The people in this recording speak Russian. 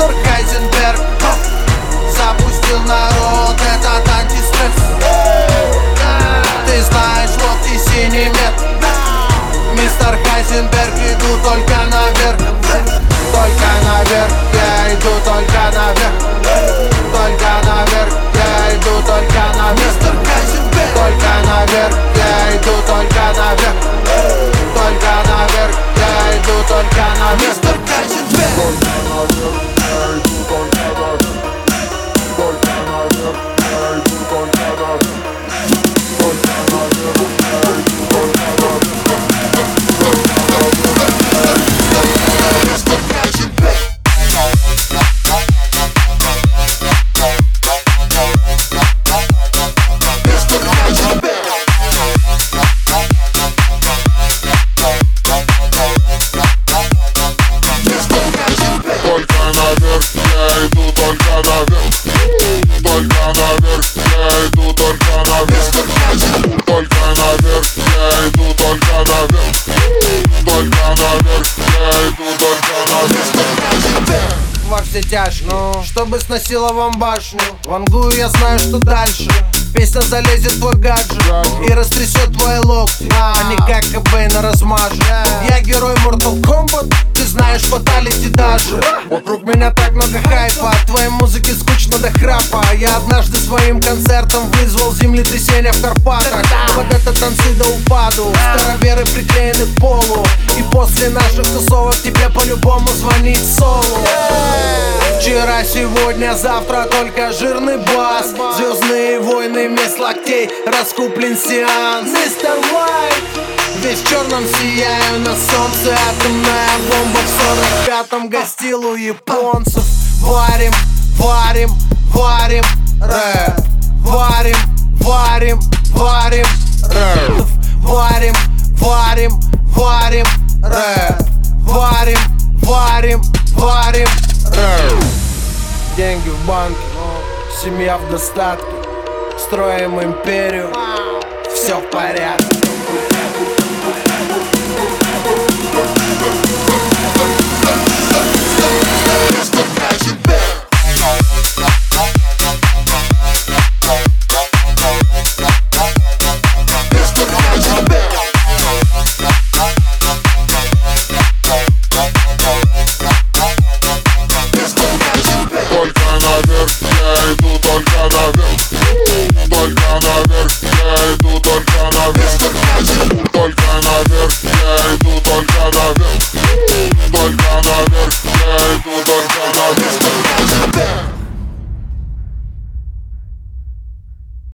Мистер Хайзенберг запустил народ этот антистресс. Ты знаешь, вот и синий мед. Мистер Хайзенберг, иду только наверх. Только наверх, я иду только наверх. Только наверх, я иду только наверх. Мистер Хайзенберг, только наверх, я иду только наверх. Только наверх, я иду только наверх. Мистер Хайзенберг, только наверх, я иду только наверх. Только наверх, я иду только наверх. Только наверх, я иду только наверх. Во все тяжкие, чтобы сносило вам башню. Вангую, я знаю, что дальше. Песня залезет в твой гаджет и растрясет твои локти. Они как Кобейна размажут. Я герой Mortal Kombat, ты знаешь фаталити даже. Вокруг меня так много хайпа, от твоей музыки скучно до храпа. Я однажды своим концертом вызвал землетрясение в Карпатах. Под это танцы до упаду, староверы приклеены к полу. И после наших тусовок тебе по-любому звонить солу. Вчера, сегодня, завтра только жирный бас. Звездные войны вместо локтей, раскуплен сеанс. Мистер Уайт, весь в черном сияю на солнце. Атомная бомба в 45-м гостил у японцев. Варим, варим, варим рэп. Варим, варим, варим рэп. Варим, варим, варим рэп. Варим, варим, варим рэп. Деньги в банке, семья в достатке. Строим империю, все в порядке.